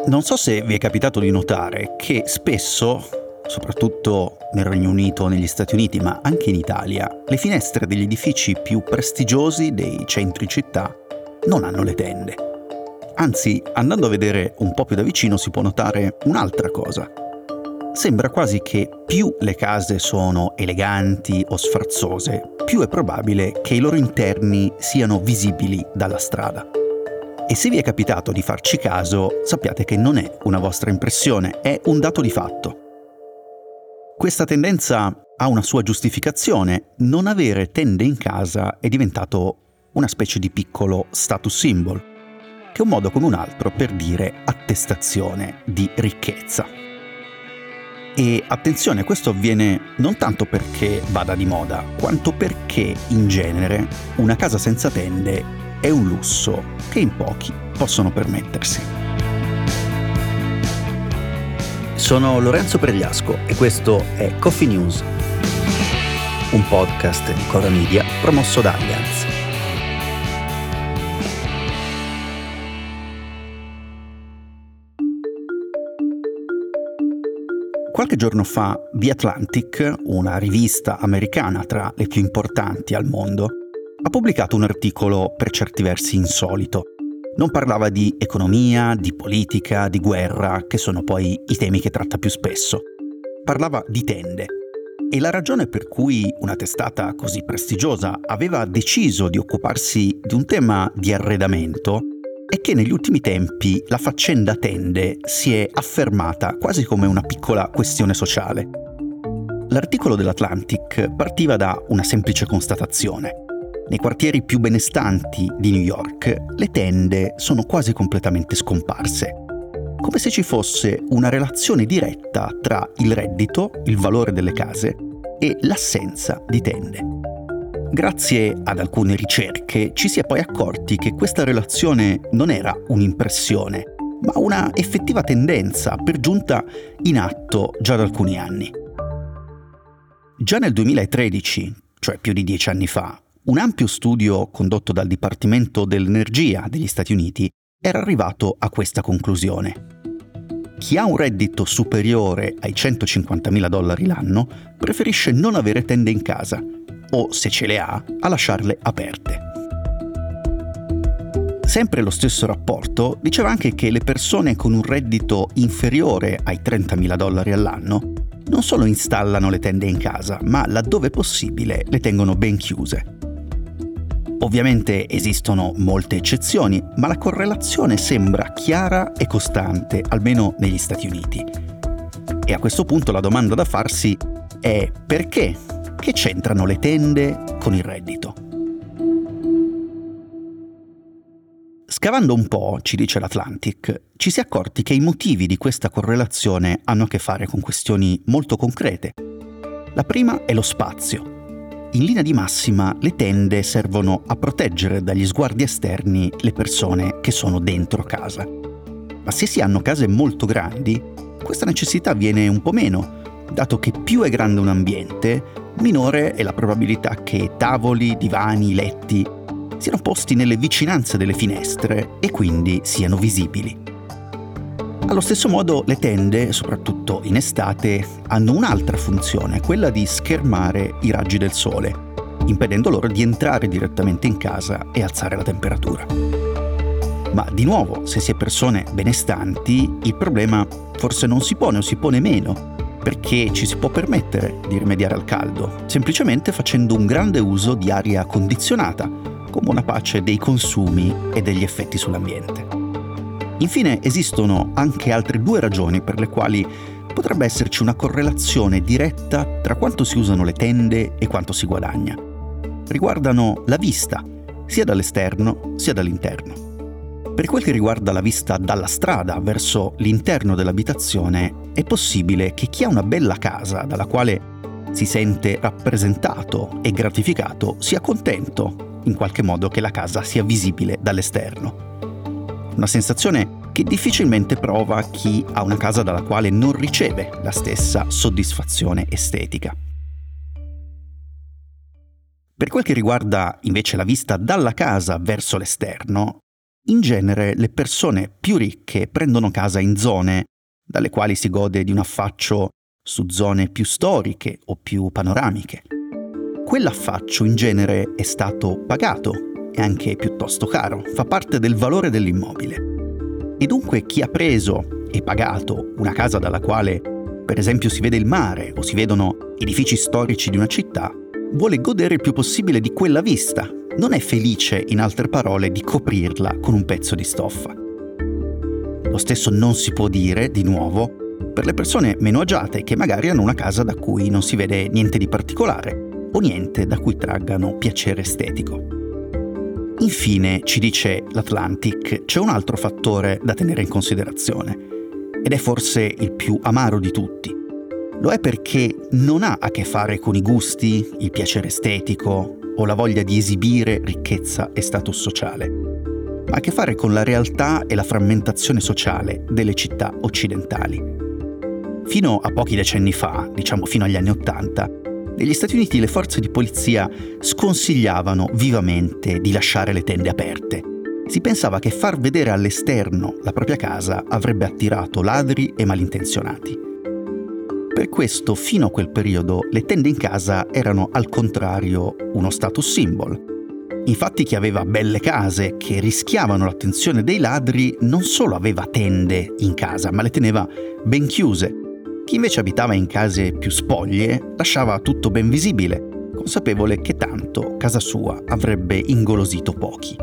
Non so se vi è capitato di notare che spesso, soprattutto nel Regno Unito o negli Stati Uniti, ma anche in Italia, le finestre degli edifici più prestigiosi dei centri città non hanno le tende. Anzi, andando a vedere un po' più da vicino si può notare un'altra cosa. Sembra quasi che più le case sono eleganti o sfarzose, più è probabile che i loro interni siano visibili dalla strada. E se vi è capitato di farci caso, sappiate che non è una vostra impressione, è un dato di fatto. Questa tendenza ha una sua giustificazione. Non avere tende in casa è diventato una specie di piccolo status symbol, che è un modo come un altro per dire attestazione di ricchezza. E attenzione, questo avviene non tanto perché vada di moda, quanto perché in genere una casa senza tende è un lusso che in pochi possono permettersi. Sono Lorenzo Pregliasco e questo è Coffee News, un podcast di Cora Media promosso da Allianz. Qualche giorno fa The Atlantic, una rivista americana tra le più importanti al mondo, ha pubblicato un articolo per certi versi insolito. Non parlava di economia, di politica, di guerra, che sono poi i temi che tratta più spesso. Parlava di tende. E la ragione per cui una testata così prestigiosa aveva deciso di occuparsi di un tema di arredamento è che negli ultimi tempi la faccenda tende si è affermata quasi come una piccola questione sociale. L'articolo dell'Atlantic partiva da una semplice constatazione. Nei quartieri più benestanti di New York, le tende sono quasi completamente scomparse, come se ci fosse una relazione diretta tra il reddito, il valore delle case e l'assenza di tende. Grazie ad alcune ricerche ci si è poi accorti che questa relazione non era un'impressione, ma una effettiva tendenza per giunta in atto già da alcuni anni. Già nel 2013, cioè più di 10 anni fa, un ampio studio condotto dal Dipartimento dell'Energia degli Stati Uniti era arrivato a questa conclusione. Chi ha un reddito superiore ai $150.000 l'anno preferisce non avere tende in casa o, se ce le ha, a lasciarle aperte. Sempre lo stesso rapporto diceva anche che le persone con un reddito inferiore ai $30.000 all'anno non solo installano le tende in casa, ma laddove possibile le tengono ben chiuse. Ovviamente esistono molte eccezioni, ma la correlazione sembra chiara e costante, almeno negli Stati Uniti. E a questo punto la domanda da farsi è: perché? Che c'entrano le tende con il reddito? Scavando un po', ci dice l'Atlantic, ci si è accorti che i motivi di questa correlazione hanno a che fare con questioni molto concrete. La prima è lo spazio. In linea di massima, le tende servono a proteggere dagli sguardi esterni le persone che sono dentro casa. Ma se si hanno case molto grandi, questa necessità viene un po' meno, dato che più è grande un ambiente, minore è la probabilità che tavoli, divani, letti siano posti nelle vicinanze delle finestre e quindi siano visibili. Allo stesso modo le tende, soprattutto in estate, hanno un'altra funzione, quella di schermare i raggi del sole, impedendo loro di entrare direttamente in casa e alzare la temperatura. Ma di nuovo, se si è persone benestanti, il problema forse non si pone o si pone meno, perché ci si può permettere di rimediare al caldo, semplicemente facendo un grande uso di aria condizionata, con buona pace dei consumi e degli effetti sull'ambiente. Infine, esistono anche altre due ragioni per le quali potrebbe esserci una correlazione diretta tra quanto si usano le tende e quanto si guadagna. Riguardano la vista, sia dall'esterno sia dall'interno. Per quel che riguarda la vista dalla strada verso l'interno dell'abitazione, è possibile che chi ha una bella casa dalla quale si sente rappresentato e gratificato sia contento in qualche modo che la casa sia visibile dall'esterno. Una sensazione che difficilmente prova chi ha una casa dalla quale non riceve la stessa soddisfazione estetica. Per quel che riguarda invece la vista dalla casa verso l'esterno, In genere le persone più ricche prendono casa in zone dalle quali si gode di un affaccio su zone più storiche o più panoramiche. Quell'affaccio in genere è stato pagato e anche piuttosto caro, fa parte del valore dell'immobile. E dunque chi ha preso e pagato una casa dalla quale, per esempio, si vede il mare o si vedono edifici storici di una città, vuole godere il più possibile di quella vista. Non è felice, in altre parole, di coprirla con un pezzo di stoffa. Lo stesso non si può dire, di nuovo, per le persone meno agiate che magari hanno una casa da cui non si vede niente di particolare o niente da cui traggano piacere estetico. Infine, ci dice l'Atlantic, c'è un altro fattore da tenere in considerazione, ed è forse il più amaro di tutti. Lo è perché non ha a che fare con i gusti, il piacere estetico o la voglia di esibire ricchezza e status sociale, ma ha a che fare con la realtà e la frammentazione sociale delle città occidentali. Fino a pochi decenni fa, diciamo fino agli anni '80, negli Stati Uniti le forze di polizia sconsigliavano vivamente di lasciare le tende aperte. Si pensava che far vedere all'esterno la propria casa avrebbe attirato ladri e malintenzionati. Per questo, fino a quel periodo, le tende in casa erano al contrario uno status symbol. Infatti chi aveva belle case che rischiavano l'attenzione dei ladri non solo aveva tende in casa, ma le teneva ben chiuse. Chi invece abitava in case più spoglie lasciava tutto ben visibile, consapevole che tanto casa sua avrebbe ingolosito pochi.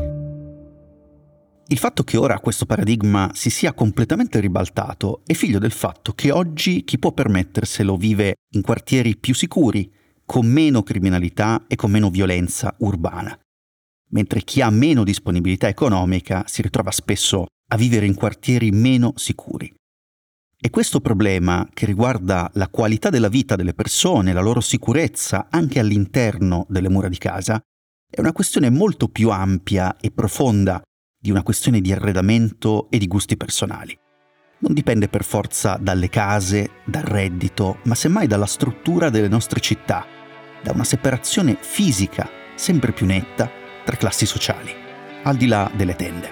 Il fatto che ora questo paradigma si sia completamente ribaltato è figlio del fatto che oggi chi può permetterselo vive in quartieri più sicuri, con meno criminalità e con meno violenza urbana, mentre chi ha meno disponibilità economica si ritrova spesso a vivere in quartieri meno sicuri. E questo problema, che riguarda la qualità della vita delle persone, la loro sicurezza anche all'interno delle mura di casa, è una questione molto più ampia e profonda di una questione di arredamento e di gusti personali. Non dipende per forza dalle case, dal reddito, ma semmai dalla struttura delle nostre città, da una separazione fisica sempre più netta tra classi sociali, al di là delle tende.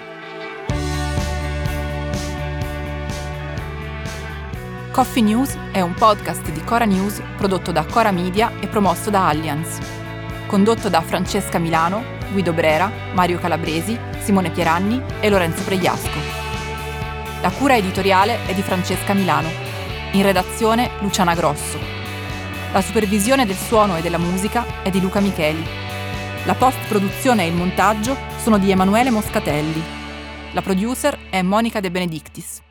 Coffee News è un podcast di Cora News prodotto da Cora Media e promosso da Allianz. Condotto da Francesca Milano, Guido Brera, Mario Calabresi, Simone Pieranni e Lorenzo Pregliasco. La cura editoriale è di Francesca Milano. In redazione Luciana Grosso. La supervisione del suono e della musica è di Luca Micheli. La post-produzione e il montaggio sono di Emanuele Moscatelli. La producer è Monica De Benedictis.